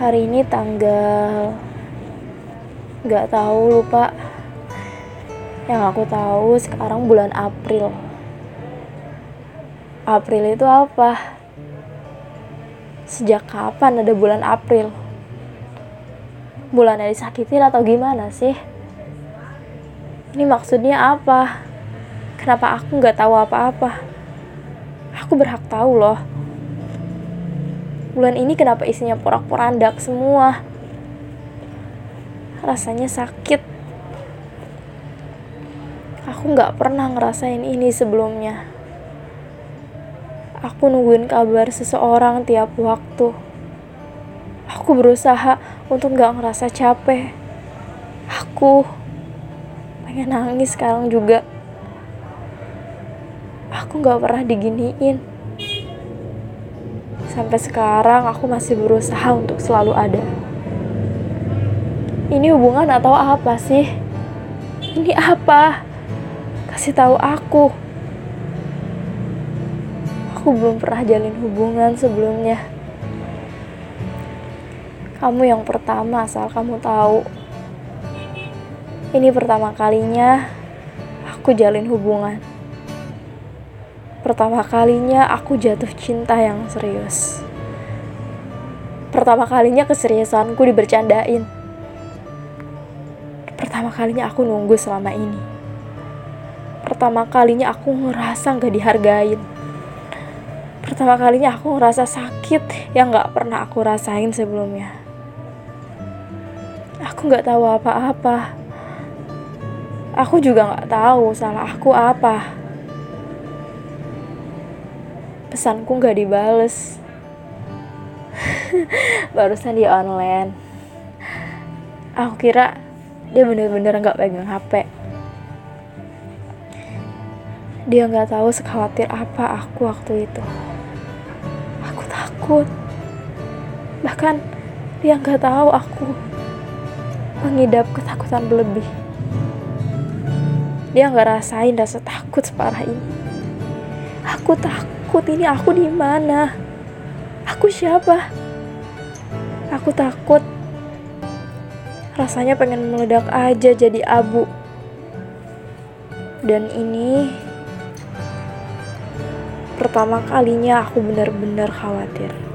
Hari ini tanggal nggak tahu, lupa. Yang aku tahu sekarang bulan April. April itu apa? Sejak kapan ada bulan April? Bulannya disakitin atau gimana sih? Ini maksudnya apa? Kenapa aku nggak tahu apa-apa? Aku berhak tahu loh. Bulan ini kenapa isinya porak-porandak semua? Rasanya sakit. Aku gak pernah ngerasain ini sebelumnya. Aku nungguin kabar seseorang tiap waktu. Aku berusaha untuk gak ngerasa capek. Aku pengen nangis sekarang juga. Aku gak pernah diginiin. Sampai sekarang aku masih berusaha untuk selalu ada. Ini hubungan atau apa sih? Ini apa? Kasih tahu aku. Aku belum pernah jalin hubungan sebelumnya. Kamu yang pertama, asal kamu tahu. Ini pertama kalinya aku jalin hubungan. Pertama kalinya aku jatuh cinta yang serius. Pertama kalinya keseriusanku dibercandain. Pertama kalinya aku nunggu selama ini. Pertama kalinya aku ngerasa gak dihargain. Pertama kalinya aku ngerasa sakit yang gak pernah aku rasain sebelumnya. Aku gak tahu apa-apa. Aku juga gak tahu salah aku apa. Pesanku gak dibales. Barusan di online. Aku kira dia bener-bener gak pegang HP. Dia gak tahu sekhawatir apa aku waktu itu. Aku takut. Bahkan dia gak tahu aku mengidap ketakutan berlebih. Dia gak rasain rasa takut separah ini. Aku takut. Ini aku di mana? Aku siapa? Aku takut. Rasanya pengen meledak aja jadi abu. Dan ini pertama kalinya aku benar-benar khawatir.